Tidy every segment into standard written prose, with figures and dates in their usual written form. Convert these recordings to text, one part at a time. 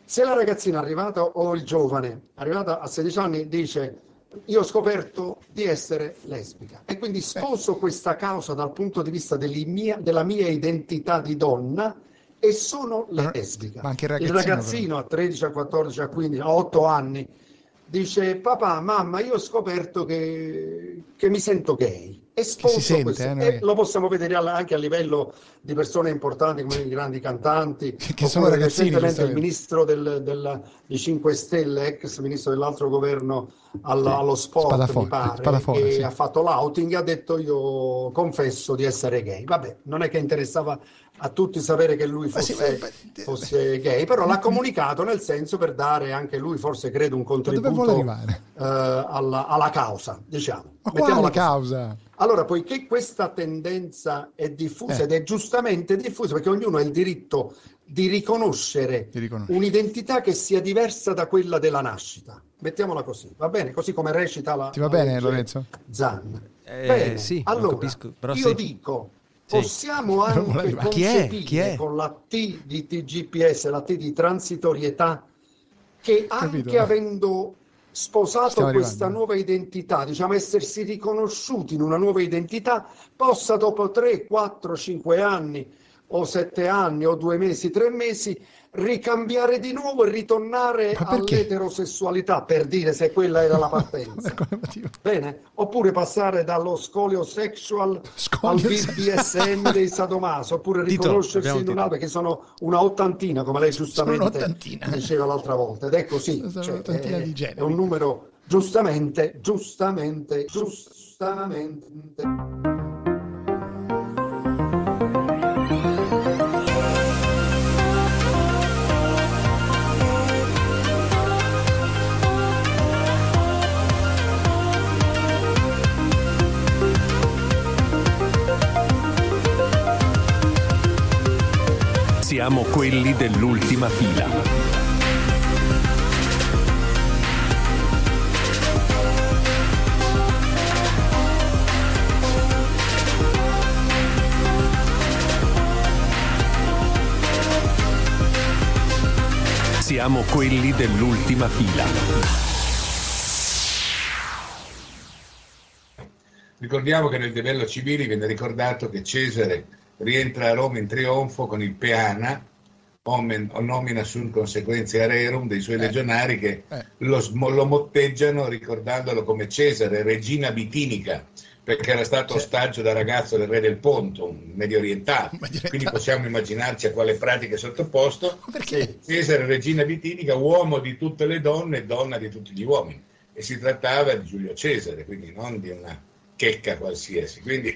Se la ragazzina arrivata o il giovane arrivata a 16 anni dice io ho scoperto di essere lesbica e quindi sposo questa causa dal punto di vista della mia identità di donna e sono lesbica. Ma anche Il ragazzino a 13, a 14, a 15, a 8 anni dice papà, mamma, io ho scoperto che mi sento gay. E sposo questo. E lo possiamo vedere anche a livello di persone importanti come i grandi cantanti, che sono ragazzini. Recentemente il ministro di 5 Stelle, ex ministro dell'altro governo allo sport, mi pare, che ha fatto l'outing e ha detto io confesso di essere gay. Vabbè, non è che interessava a tutti sapere che lui fosse gay, però l'ha comunicato nel senso per dare anche lui, forse credo, un contributo alla causa, diciamo. Ma quale causa? Allora, poiché questa tendenza è diffusa ed è giustamente diffusa, perché ognuno ha il diritto di riconoscere un'identità che sia diversa da quella della nascita. Mettiamola così, va bene? Così come recita la Ti va bene, Lorenzo? Zan. Bene, sì, allora, capisco, però io dico, possiamo anche concepire con la T di TGPS, la T di transitorietà, che anche avendo sposato questa nuova identità, diciamo essersi riconosciuti in una nuova identità, possa dopo 3, 4, 5 anni o 7 anni o 2 mesi, 3 mesi ricambiare di nuovo e ritornare all'eterosessualità, per dire, se quella era la partenza. Bene? Oppure passare dallo scolio-sexual al BDSM dei sadomaso, oppure riconoscersi in un'altra, che sono una ottantina, come lei giustamente diceva l'altra volta, ed è così, cioè, è un numero giustamente. Siamo quelli dell'ultima fila. Siamo quelli dell'ultima fila. Ricordiamo che nel Debello Civili viene ricordato che Cesare rientra a Roma in trionfo con il Peana, nomina sunt consequentia rerum dei suoi legionari che lo motteggiano ricordandolo come Cesare, regina bitinica, perché era stato ostaggio da ragazzo del re del Ponto, un medio orientale. Quindi possiamo immaginarci a quale pratiche è sottoposto. Perché? Cesare, regina bitinica, uomo di tutte le donne, donna di tutti gli uomini. E si trattava di Giulio Cesare, quindi non di una checca qualsiasi. Quindi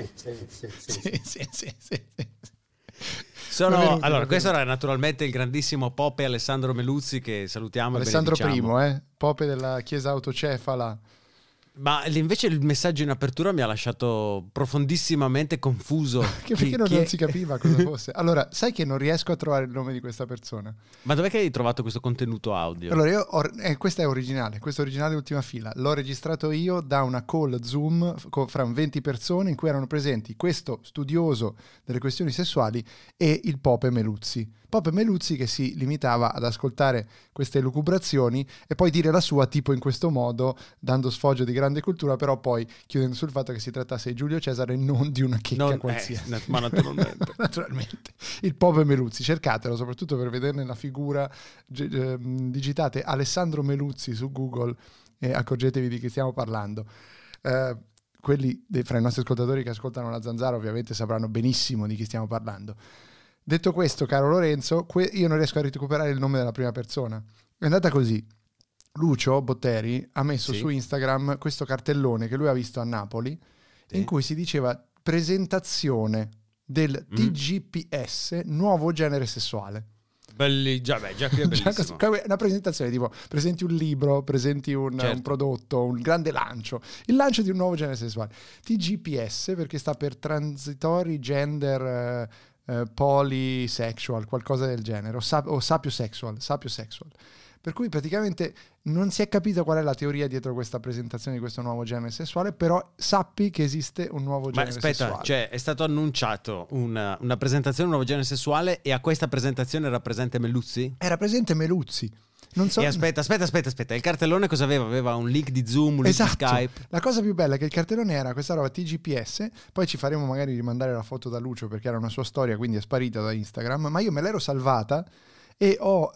allora, questo era naturalmente il grandissimo Pope Alessandro Meluzzi, che salutiamo. Alessandro e benediciamo. I, Pope della Chiesa autocefala. Ma invece il messaggio in apertura mi ha lasciato profondissimamente confuso. Perché non si capiva cosa fosse. Allora, sai che non riesco a trovare il nome di questa persona. Ma dov'è che hai trovato questo contenuto audio? Allora, questo è originale, questo è originale ultima fila. L'ho registrato io da una call Zoom fra 20 persone in cui erano presenti questo studioso delle questioni sessuali e il Pope Meluzzi. Pope Meluzzi che si limitava ad ascoltare queste lucubrazioni e poi dire la sua tipo in questo modo, dando sfoggio di grande cultura, però poi chiudendo sul fatto che si trattasse di Giulio Cesare e non di una chicca qualsiasi. Ma naturalmente. Naturalmente. Il Pope Meluzzi, cercatelo soprattutto per vederne la figura, digitate Alessandro Meluzzi su Google e accorgetevi di chi stiamo parlando. Quelli fra i nostri ascoltatori che ascoltano la Zanzara ovviamente sapranno benissimo di chi stiamo parlando. Detto questo, caro Lorenzo, io non riesco a recuperare il nome della prima persona. È andata così. Lucio Botteri ha messo su Instagram questo cartellone che lui ha visto a Napoli, in cui si diceva presentazione del TGPS, nuovo genere sessuale. Già qui è bellissimo. Una presentazione tipo presenti un libro, presenti un prodotto, un grande lancio, il lancio di un nuovo genere sessuale. TGPS perché sta per Transitory Gender Polysexual, qualcosa del genere, o sapiosexual. Per cui praticamente non si è capito qual è la teoria dietro questa presentazione di questo nuovo genere sessuale, però sappi che esiste un nuovo genere sessuale. Cioè è stato annunciato una presentazione di un nuovo genere sessuale e a questa presentazione era presente Meluzzi? Era presente Meluzzi. Non so... E aspetta, il cartellone cosa aveva? Aveva un link di Zoom, un link di Skype. La cosa più bella è che il cartellone era questa roba TGPS, poi ci faremo magari rimandare la foto da Lucio perché era una sua storia, quindi è sparita da Instagram, ma io me l'ero salvata e ho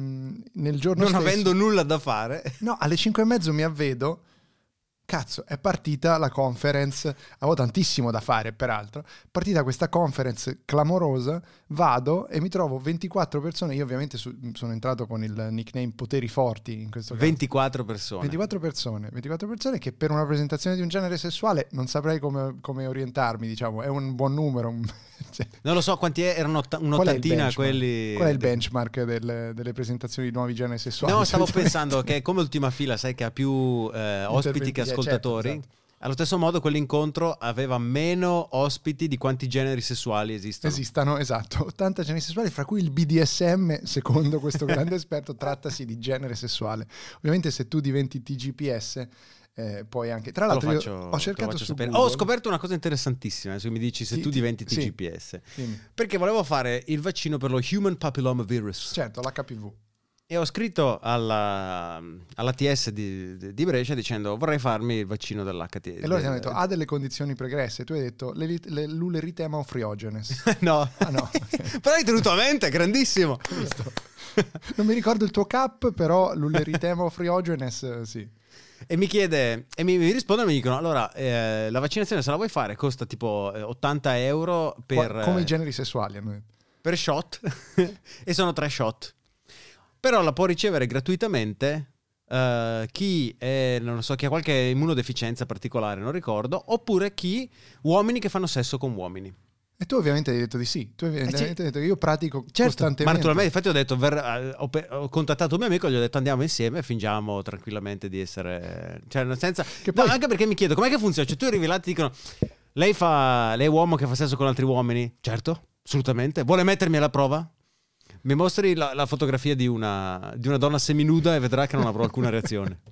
nel giorno non stesso, avendo nulla da fare, no, alle 5:30 mi avvedo, cazzo, è partita la conference, avevo tantissimo da fare peraltro, è partita questa conference clamorosa, vado e mi trovo 24 persone, io ovviamente sono entrato con il nickname Poteri Forti in questo caso. 24 persone 24 persone che per una presentazione di un genere sessuale non saprei come orientarmi, diciamo, è un buon numero. Non lo so quanti erano, un'ottantina quelli. Qual è il benchmark delle presentazioni di nuovi generi sessuali? No, stavo pensando che come Ultima Fila, sai che ha più ospiti che ascoltatori, certo, esatto. Allo stesso modo quell'incontro aveva meno ospiti di quanti generi sessuali esistano, esatto, 80 generi sessuali, fra cui il BDSM, secondo questo grande esperto, trattasi di genere sessuale. Ovviamente se tu diventi TGPS poi anche, tra l'altro ho cercato su Google. Ho scoperto una cosa interessantissima, se mi dici se tu diventi TGPS, sì. Perché volevo fare il vaccino per lo Human Papilloma Virus, certo, l'HPV, e ho scritto alla TS di Brescia dicendo vorrei farmi il vaccino dell'HT. E loro ti hanno detto ha delle condizioni pregresse, tu hai detto l'uleritema ofriogenes. No. No. Però hai tenuto a mente, grandissimo. Non mi ricordo il tuo cap, però l'uleritema ofriogenes sì. E mi chiede, e mi rispondono e mi dicono allora la vaccinazione se la vuoi fare costa tipo 80 euro per come i generi sessuali hanno detto. Per shot e sono 3 shot, però la può ricevere gratuitamente chi non lo so, chi ha qualche immunodeficienza particolare, non ricordo, oppure uomini che fanno sesso con uomini. E tu ovviamente hai detto di sì. Tu ovviamente hai detto che io pratico costantemente. Ma naturalmente, infatti ho detto, ho contattato un mio amico e gli ho detto andiamo insieme e fingiamo tranquillamente di essere... Cioè, senza... Che poi... No, anche perché mi chiedo, com'è che funziona? Cioè tu arrivi là e ti dicono, lei è uomo che fa sesso con altri uomini? Certo, assolutamente. Vuole mettermi alla prova? Mi mostri la fotografia di una donna seminuda e vedrà che non avrò alcuna reazione.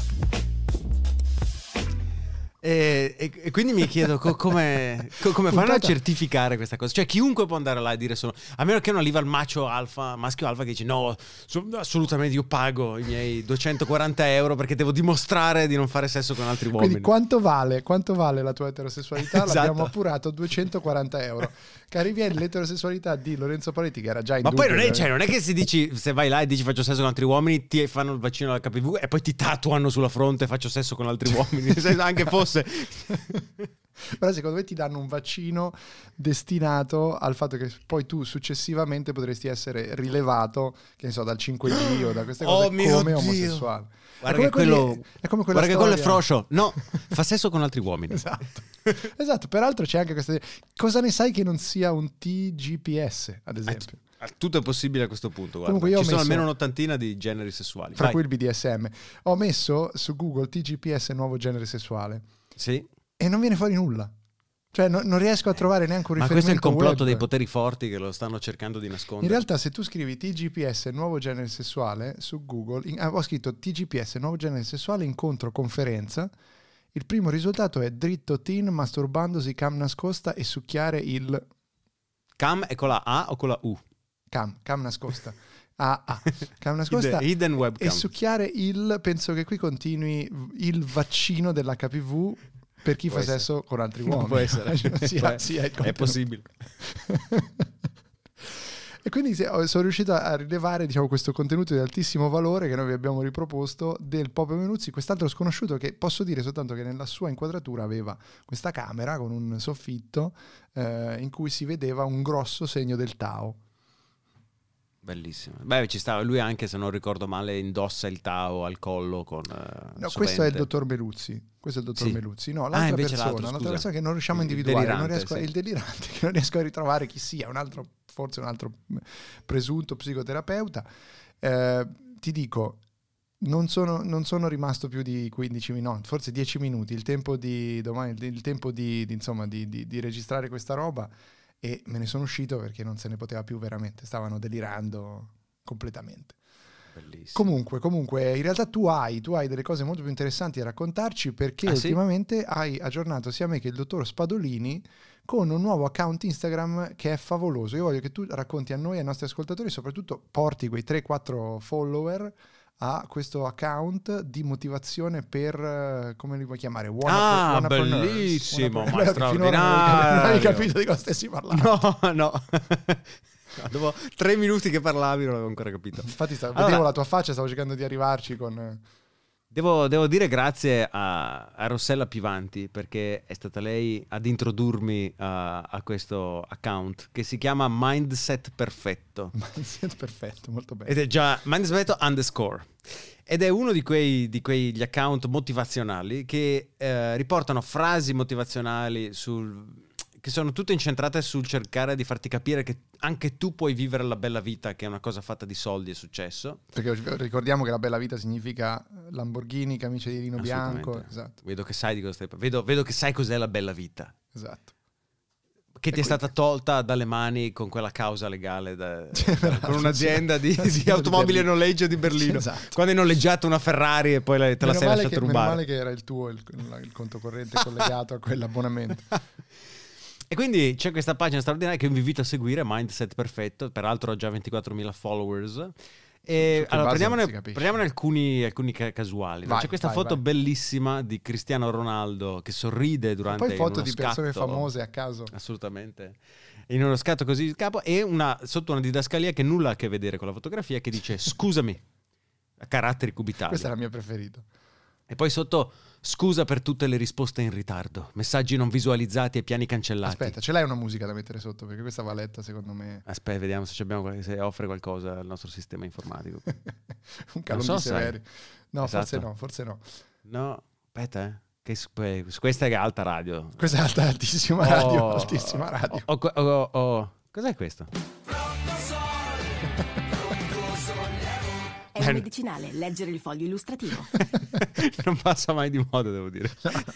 E quindi mi chiedo come fanno a certificare questa cosa. Cioè chiunque può andare là e dire a meno che non arriva il maschio alfa che dice no, assolutamente io pago i miei 240 euro perché devo dimostrare di non fare sesso con altri uomini. Quindi quanto vale la tua eterosessualità? Esatto. L'abbiamo appurato 240 euro. Che arrivi l'eterosessualità di Lorenzo Paletti che era già in ma dubbio, poi non è che se vai là e dici faccio sesso con altri uomini ti fanno il vaccino all'HPV e poi ti tatuano sulla fronte faccio sesso con altri uomini. Anche fosse però secondo me ti danno un vaccino destinato al fatto che poi tu successivamente potresti essere rilevato, che ne so, dal 5G o da queste cose come omosessuale. Guarda che quello è froscio. No, fa sesso con altri uomini. Esatto, peraltro c'è anche questa... Cosa ne sai che non sia un TGPS, ad esempio? Tutto è possibile a questo punto. Comunque ci sono almeno un'ottantina di generi sessuali. Fra cui il BDSM. Ho messo su Google TGPS nuovo genere sessuale. Sì. E non viene fuori nulla. Cioè non riesco a trovare neanche un riferimento. Ma questo è il complotto web dei poteri forti che lo stanno cercando di nascondere. In realtà se tu scrivi TGPS nuovo genere sessuale su Google, ho scritto TGPS nuovo genere sessuale incontro conferenza, il primo risultato è dritto teen masturbandosi cam nascosta e succhiare il... Cam è con la A o con la U? Cam nascosta. Cam nascosta hidden webcam. E succhiare penso che qui continui il vaccino dell'HPV per chi fa sesso con altri uomini. Può essere. È possibile. E quindi sono riuscito a rilevare, diciamo, questo contenuto di altissimo valore che noi vi abbiamo riproposto del Pope Menuzzi, quest'altro sconosciuto che posso dire soltanto che nella sua inquadratura aveva questa camera con un soffitto in cui si vedeva un grosso segno del Tao. Bellissimo. Beh, ci stava. Lui anche, se non ricordo male, indossa il Tao al collo con... no, questo è il dottor Meluzzi. Questo è il dottor Meluzzi. No, l'altra persona che non riusciamo a individuare. Il delirante, che non riesco a ritrovare chi sia. Forse un altro presunto psicoterapeuta. Ti dico, non sono rimasto più di 15 minuti, forse 10 minuti. Il tempo di domani, il tempo di registrare questa roba. E me ne sono uscito perché non se ne poteva più veramente, stavano delirando completamente. Comunque, in realtà tu hai delle cose molto più interessanti da raccontarci, perché ultimamente hai aggiornato sia me che il dottor Spadolini con un nuovo account Instagram che è favoloso. Io voglio che tu racconti a noi, ai nostri ascoltatori, soprattutto porti quei 3-4 follower a questo account di motivazione per, come li vuoi chiamare? Bellissimo, ma straordinario. Non hai capito di cosa stessi parlando. No. Dopo 3 minuti che parlavi non avevo ancora capito. Infatti vedevo la tua faccia, stavo cercando di arrivarci con... Devo dire grazie a Rossella Pivanti, perché è stata lei ad introdurmi a questo account che si chiama Mindset Perfetto. Mindset Perfetto, molto bene. Ed è già Mindset _ ed è uno di quegli account motivazionali che riportano frasi motivazionali che sono tutte incentrate sul cercare di farti capire che anche tu puoi vivere la bella vita, che è una cosa fatta di soldi e successo. Perché ricordiamo che la bella vita significa Lamborghini, camicia di lino bianco. Esatto. Vedo che sai di cosa stai parlando. Vedo che sai cos'è la bella vita. Esatto. Che ti è stata tolta dalle mani con quella causa legale con un'azienda di automobili e noleggio di Berlino. Esatto. Quando hai noleggiato una Ferrari e poi te la sei lasciata rubare. Meno male che era il tuo il conto corrente collegato a quell'abbonamento. E quindi c'è questa pagina straordinaria che vi invito a seguire, Mindset Perfetto, peraltro ha già 24.000 followers. E allora, prendiamone alcuni casuali. C'è questa foto bellissima di Cristiano Ronaldo che sorride durante uno scatto. Poi foto di persone famose a caso. Assolutamente. In uno scatto così di capo, e sotto una didascalia che nulla ha a che vedere con la fotografia, che dice scusami, a caratteri cubitali. Questa è la mia preferita. E poi sotto: scusa per tutte le risposte in ritardo, messaggi non visualizzati e piani cancellati. Aspetta, ce l'hai una musica da mettere sotto? Perché questa va letta, secondo me. Aspetta, vediamo se offre qualcosa al nostro sistema informatico. Un calon di Severi. No, esatto. forse no. No, aspetta, questa è alta radio. Questa è altissima radio. Altissima radio. Cos'è questo? È un medicinale, leggere il foglio illustrativo. Non passa mai di moda, devo dire.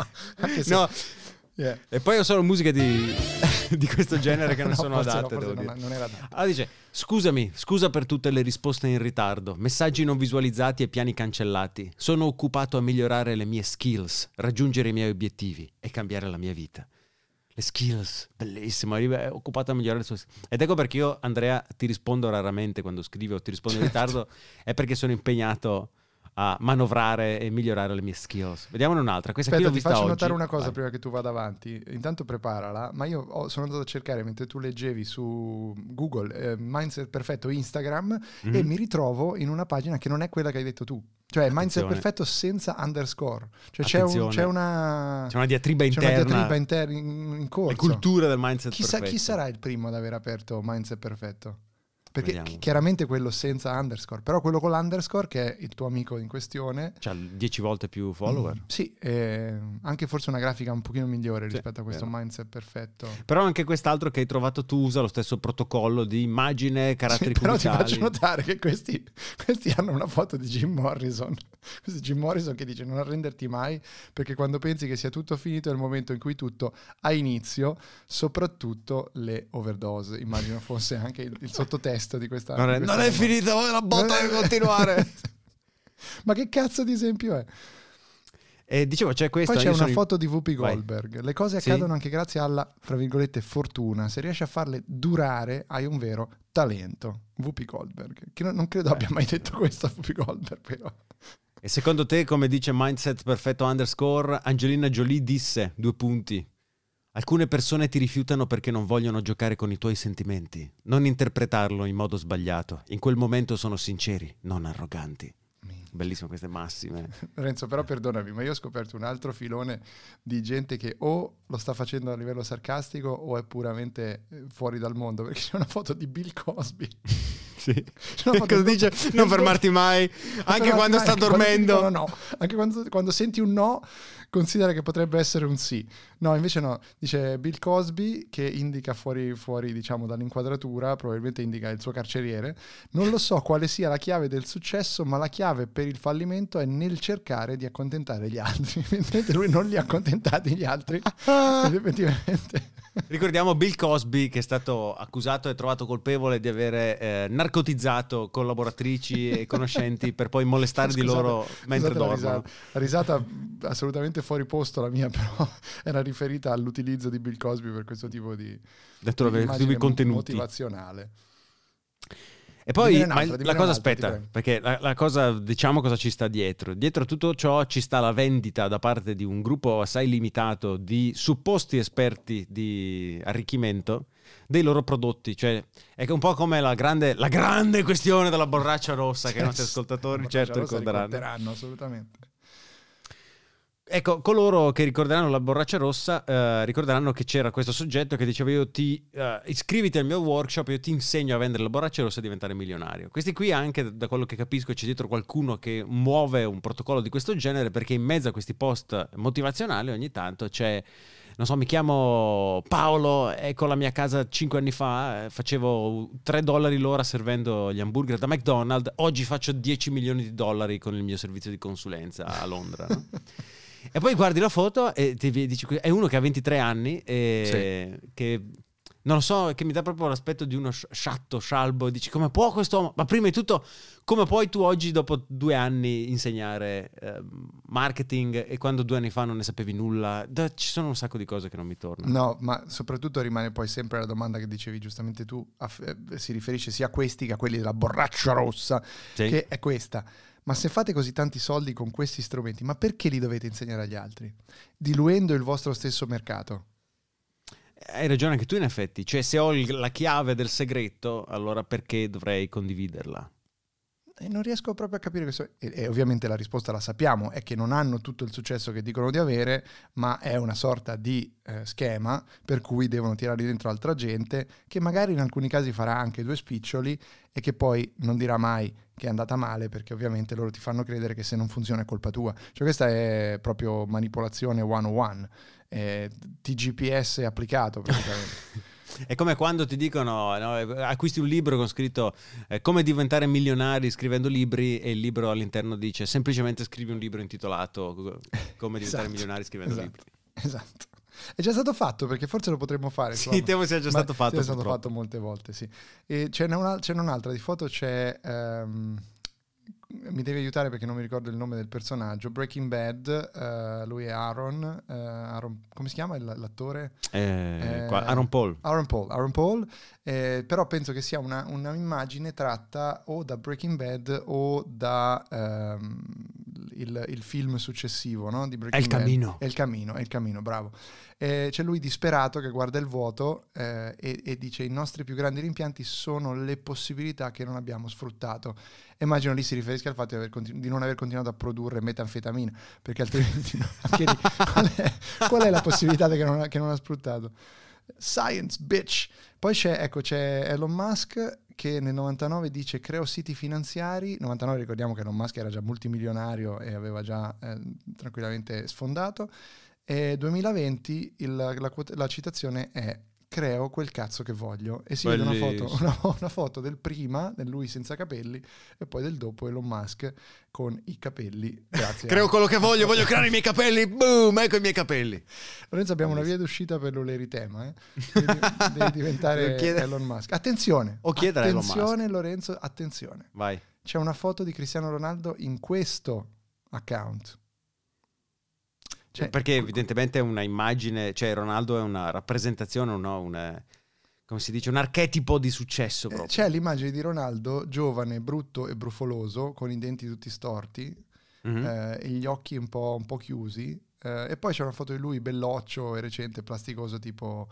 No. Yeah. E poi ho solo musiche di questo genere che non sono adatte, devo dire. Non era adatta. Allora dice: scusa per tutte le risposte in ritardo, messaggi non visualizzati e piani cancellati. Sono occupato a migliorare le mie skills, raggiungere i miei obiettivi e cambiare la mia vita. Le skills, bellissimo, è occupato a migliorare le sue. Ed ecco perché io, Andrea, ti rispondo raramente quando scrivo o ti rispondo in ritardo, è perché sono impegnato a manovrare e migliorare le mie skills. Vediamone un'altra. Questa Aspetta, qui l'ho ti vista faccio oggi. Notare una cosa prima che tu vada avanti. Intanto preparala, ma io sono andato a cercare mentre tu leggevi su Google Mindset Perfetto Instagram e mi ritrovo in una pagina che non è quella che hai detto tu. Cioè Mindset Perfetto senza underscore. Cioè c'è una diatriba interna. In corso. La cultura del Mindset Perfetto. Chi sarà il primo ad aver aperto Mindset Perfetto? Perché chiaramente quello senza underscore, però quello con l'underscore, che è il tuo amico in questione, c'ha 10 volte più follower. Sì, anche forse una grafica un pochino migliore rispetto a questo Mindset Perfetto. Però anche quest'altro che hai trovato tu usa lo stesso protocollo di immagine, caratteri cubitali. Però ti faccio notare che questi hanno una foto di Jim Morrison. Questo è Jim Morrison che dice: non arrenderti mai, perché quando pensi che sia tutto finito è il momento in cui tutto ha inizio, soprattutto le overdose. Immagino fosse anche il sottotesto di questa. Non è finita, la botta deve continuare. Ma che cazzo di esempio è? E dicevo, c'è questa. Poi c'è una foto di Whoopi Goldberg. Vai. Le cose accadono anche grazie alla, fra virgolette, fortuna. Se riesci a farle durare, hai un vero talento. Whoopi Goldberg. Che non credo abbia mai detto questo a Whoopi Goldberg, però. E secondo te, come dice Mindset Perfetto underscore, Angelina Jolie disse, : alcune persone ti rifiutano perché non vogliono giocare con i tuoi sentimenti. Non interpretarlo in modo sbagliato. In quel momento sono sinceri, non arroganti. Bellissime queste massime. Renzo, però perdonami, ma io ho scoperto un altro filone di gente che o lo sta facendo a livello sarcastico o è puramente fuori dal mondo, perché c'è una foto di Bill Cosby. Sì. Cosa dice? Non fermarti mai, anche quando sta dormendo. No. Anche quando senti un no, considera che potrebbe essere un sì. No, invece no. Dice Bill Cosby, che indica fuori diciamo dall'inquadratura, probabilmente indica il suo carceriere. Non lo so quale sia la chiave del successo, ma la chiave per il fallimento è nel cercare di accontentare gli altri. Mentre lui non li ha accontentati gli altri. Ed effettivamente Ricordiamo Bill Cosby, che è stato accusato e trovato colpevole di avere narcotizzato collaboratrici e conoscenti per poi molestare di loro mentre dormono. La risata assolutamente fuori posto la mia, però era riferita all'utilizzo di Bill Cosby per questo tipo di contenuti motivazionale. E poi la cosa, aspetta, perché la cosa, diciamo cosa ci sta dietro. Dietro a tutto ciò ci sta la vendita da parte di un gruppo assai limitato di supposti esperti di arricchimento dei loro prodotti. Cioè è un po' come la grande questione della borraccia rossa, che i nostri ascoltatori certo ricorderanno assolutamente. Ecco, coloro che ricorderanno la borraccia rossa ricorderanno che c'era questo soggetto che diceva: io iscriviti al mio workshop, io ti insegno a vendere la borraccia rossa e diventare milionario. Questi qui, anche da quello che capisco, c'è dietro qualcuno che muove un protocollo di questo genere, perché in mezzo a questi post motivazionali ogni tanto c'è, non so, mi chiamo Paolo, ecco la mia casa 5 anni fa, facevo $3 l'ora servendo gli hamburger da McDonald's, oggi faccio $10 milioni con il mio servizio di consulenza a Londra, no? E poi guardi la foto e ti dici, è uno che ha 23 anni e che non lo so, che mi dà proprio l'aspetto di uno scialbo, e dici come può quest'uomo, ma prima di tutto come puoi tu oggi dopo 2 anni insegnare marketing e quando 2 anni fa non ne sapevi nulla? Ci sono un sacco di cose che non mi tornano. No, ma soprattutto rimane poi sempre la domanda che dicevi giustamente tu, si riferisce sia a questi che a quelli della borraccia rossa, che è questa. Ma se fate così tanti soldi con questi strumenti, ma perché li dovete insegnare agli altri? Diluendo il vostro stesso mercato. Hai ragione anche tu in effetti, cioè se ho la chiave del segreto, allora perché dovrei condividerla? E non riesco proprio a capire questo. E ovviamente la risposta la sappiamo, è che non hanno tutto il successo che dicono di avere, ma è una sorta di schema per cui devono tirare dentro altra gente che magari in alcuni casi farà anche 2 spiccioli e che poi non dirà mai che è andata male, perché ovviamente loro ti fanno credere che se non funziona è colpa tua. Cioè questa è proprio manipolazione 101, TGPS applicato praticamente. È come quando ti dicono, no, acquisti un libro con scritto come diventare milionari scrivendo libri, e il libro all'interno dice semplicemente scrivi un libro intitolato come diventare milionari scrivendo libri. Esatto. È già stato fatto, perché forse lo potremmo fare. Sì, temo sia già stato fatto. È stato fatto molte volte, sì. E c'è un'altra di foto, c'è... mi devi aiutare perché non mi ricordo il nome del personaggio. Breaking Bad, lui è Aaron, come si chiama l'attore? Aaron Paul. Però penso che sia una immagine tratta o da Breaking Bad o da il film successivo, no? Di Breaking Bad. È il camino, bravo. C'è lui disperato che guarda il vuoto e dice: i nostri più grandi rimpianti sono le possibilità che non abbiamo sfruttato. Immagino lì si riferisca al fatto di non aver continuato a produrre metanfetamina, perché altrimenti chiedi qual è la possibilità che non ha sfruttato. Science, bitch! Poi c'è Elon Musk che nel 99 dice: creo siti finanziari. 99, ricordiamo che Elon Musk era già multimilionario e aveva già tranquillamente sfondato. E 2020 la citazione è: creo quel cazzo che voglio. E si vede una foto del prima, del lui senza capelli, e poi del dopo Elon Musk con i capelli. Grazie. Creo quello che voglio creare i miei capelli, boom, ecco i miei capelli. Lorenzo, abbiamo una via d'uscita per l'oleritema, devi diventare Elon Musk. Attenzione, Elon Musk. Lorenzo, attenzione. Vai. C'è una foto di Cristiano Ronaldo in questo account. Cioè, perché evidentemente è una immagine, cioè Ronaldo è una rappresentazione, no? Come si dice, un archetipo di successo proprio. C'è l'immagine di Ronaldo giovane, brutto e brufoloso, con i denti tutti storti, e gli occhi un po' chiusi, e poi c'è una foto di lui belloccio e recente, plasticoso, tipo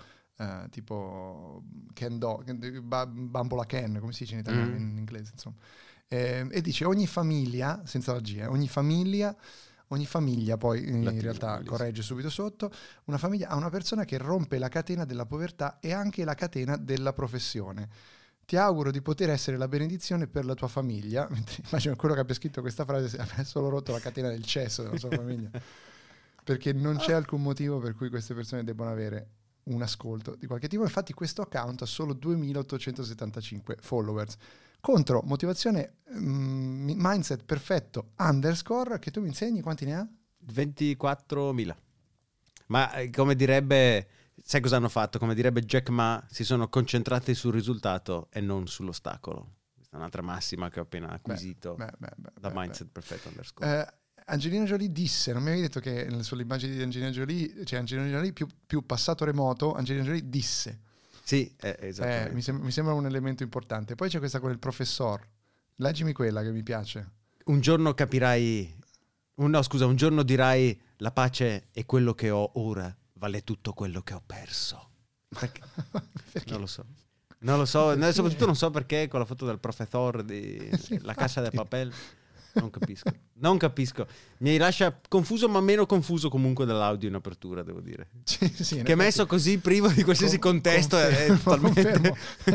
Ken Bambola Ken, come si dice in italiano, in inglese, insomma. E dice: ogni famiglia, senza la G, ogni famiglia, poi in realtà corregge subito sotto, una famiglia ha una persona che rompe la catena della povertà e anche la catena della professione. Ti auguro di poter essere la benedizione per la tua famiglia. Immagino quello che abbia scritto questa frase abbia solo rotto la catena del cesso della sua famiglia, perché non c'è alcun motivo per cui queste persone debbano avere un ascolto di qualche tipo. Infatti questo account ha solo 2875 followers, contro motivazione mindset perfetto _ che tu mi insegni quanti ne ha? 24.000. Ma come direbbe sai cosa hanno fatto? Come direbbe Jack Ma, si sono concentrati sul risultato e non sull'ostacolo. Questa è un'altra massima che ho appena acquisito da Mindset Perfetto _ Angelina Jolie disse, non mi avevi detto che sulle immagini di Angelina Jolie, cioè Angelina Jolie più passato remoto, Angelina Jolie disse. Sì, esatto. Mi sembra un elemento importante. Poi c'è questa con il professor. Leggimi quella che mi piace. Un giorno capirai... un giorno dirai la pace è quello che ho ora, vale tutto quello che ho perso. Perché? Non lo so. Soprattutto non so perché con la foto del professor di La Casa de Papel. Non capisco. Mi lascia confuso, ma meno confuso comunque dell'audio in apertura, devo dire. Sì, che messo così privo di qualsiasi contesto è totalmente...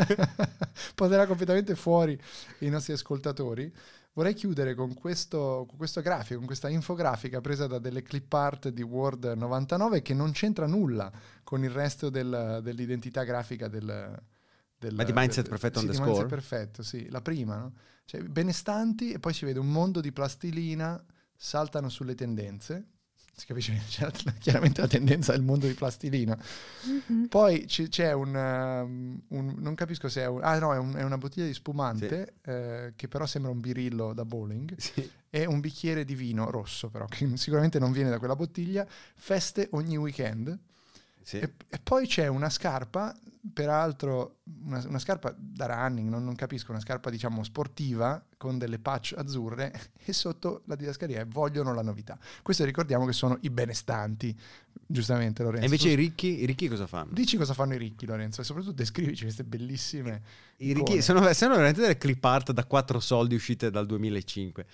Potrà completamente fuori i nostri ascoltatori. Vorrei chiudere con questo grafico, con questa infografica presa da delle clip art di Word 99 che non c'entra nulla con il resto dell'identità grafica ma di Mindset Perfetto _. Di Mindset Perfetto, sì, la prima, no? Cioè, benestanti, e poi si vede un mondo di plastilina, saltano sulle tendenze. Si capisce che c'è chiaramente la tendenza del mondo di plastilina. Mm-hmm. Poi c'è un non capisco se è è una bottiglia di spumante, sì. Che però sembra un birillo da bowling, sì. E un bicchiere di vino rosso, però, che sicuramente non viene da quella bottiglia. Feste ogni weekend. Sì. E poi c'è una scarpa, peraltro una scarpa da running, non capisco, una scarpa diciamo sportiva con delle patch azzurre, e sotto la didascalia è vogliono la novità. Questo ricordiamo che sono i benestanti, giustamente, Lorenzo. E invece i ricchi cosa fanno? Dici cosa fanno i ricchi, Lorenzo, e soprattutto descrivici queste bellissime i ricchi sono veramente delle clip art da 4 soldi uscite dal 2005.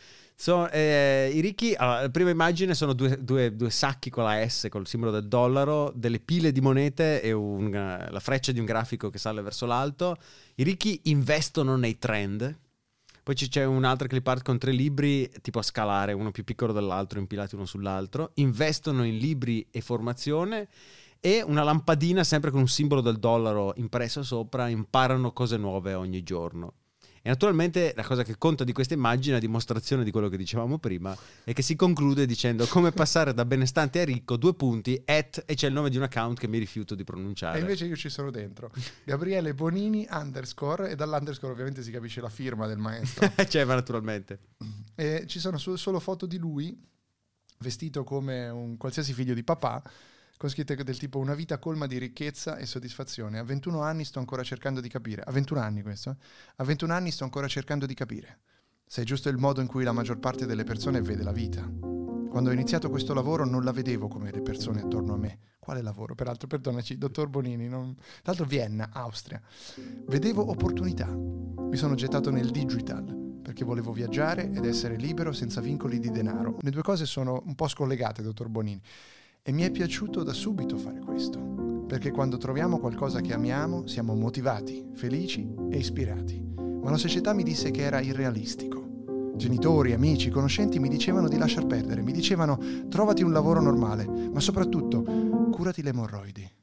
I ricchi, la prima immagine sono due sacchi con la S, col simbolo del dollaro, delle pile di monete e la freccia di un grafico che sale verso l'alto. I ricchi investono nei trend. Poi c'è un'altra clip art con 3 libri tipo a scalare, uno più piccolo dell'altro, impilati uno sull'altro. Investono in libri e formazione, e una lampadina sempre con un simbolo del dollaro impresso sopra. Imparano cose nuove ogni giorno. E naturalmente la cosa che conta di questa immagine, a dimostrazione di quello che dicevamo prima, è che si conclude dicendo come passare da benestante a ricco, 2 punti, e c'è il nome di un account che mi rifiuto di pronunciare. E invece io ci sono dentro. Gabriele Bonini _ e dall'underscore ovviamente si capisce la firma del maestro. Cioè, ma naturalmente. E ci sono solo foto di lui vestito come un qualsiasi figlio di papà, con scritte del tipo una vita colma di ricchezza e soddisfazione. A 21 anni sto ancora cercando di capire. A 21 anni questo? A 21 anni sto ancora cercando di capire se è giusto il modo in cui la maggior parte delle persone vede la vita. Quando ho iniziato questo lavoro non la vedevo come le persone attorno a me. Quale lavoro? Peraltro, perdonaci, dottor Bonini. Tra l'altro Vienna, Austria. Vedevo opportunità. Mi sono gettato nel digital perché volevo viaggiare ed essere libero senza vincoli di denaro. Le 2 cose sono un po' scollegate, dottor Bonini. E mi è piaciuto da subito fare questo, perché quando troviamo qualcosa che amiamo siamo motivati, felici e ispirati. Ma la società mi disse che era irrealistico. Genitori, amici, conoscenti mi dicevano di lasciar perdere, mi dicevano trovati un lavoro normale, ma soprattutto curati le emorroidi.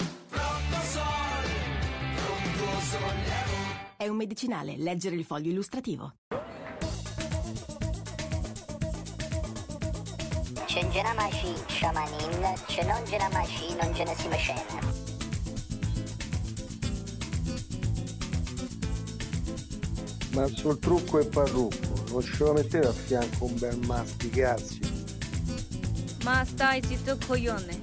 È un medicinale, leggere il foglio illustrativo. Ce n'è maci shamanin, ce non ce n'è maci, non ce ne si macena. Ma sul trucco e parrucco, non ce lo mettete a fianco un bel masticazzi? Ma stai zitto coglione.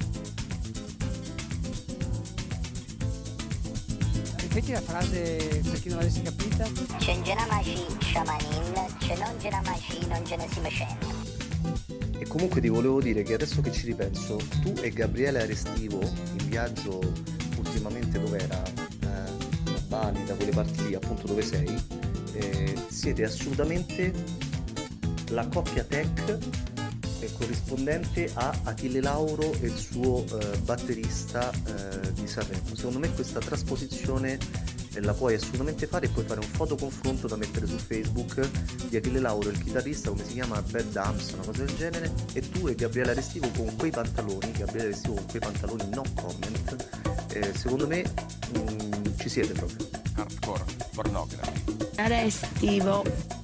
Ripeti la frase per chi non l'avesse capita. Ce n'è maci shamanin, ce non ce n'è maci, non ce ne si macena. E comunque ti volevo dire che adesso che ci ripenso, tu e Gabriele Arestivo in viaggio ultimamente dov'era? A Bali, da quelle parti lì, appunto dove sei, siete assolutamente la coppia tech corrispondente a Achille Lauro e il suo batterista di Sanremo. Secondo me questa trasposizione la puoi assolutamente fare, e puoi fare un fotoconfronto da mettere su Facebook di Achille Lauro, il chitarrista, come si chiama, Bad Dams, una cosa del genere, e tu e Gabriele Arestivo con quei pantaloni, no comment, secondo me ci siete proprio. Hardcore, pornografia. Arestivo.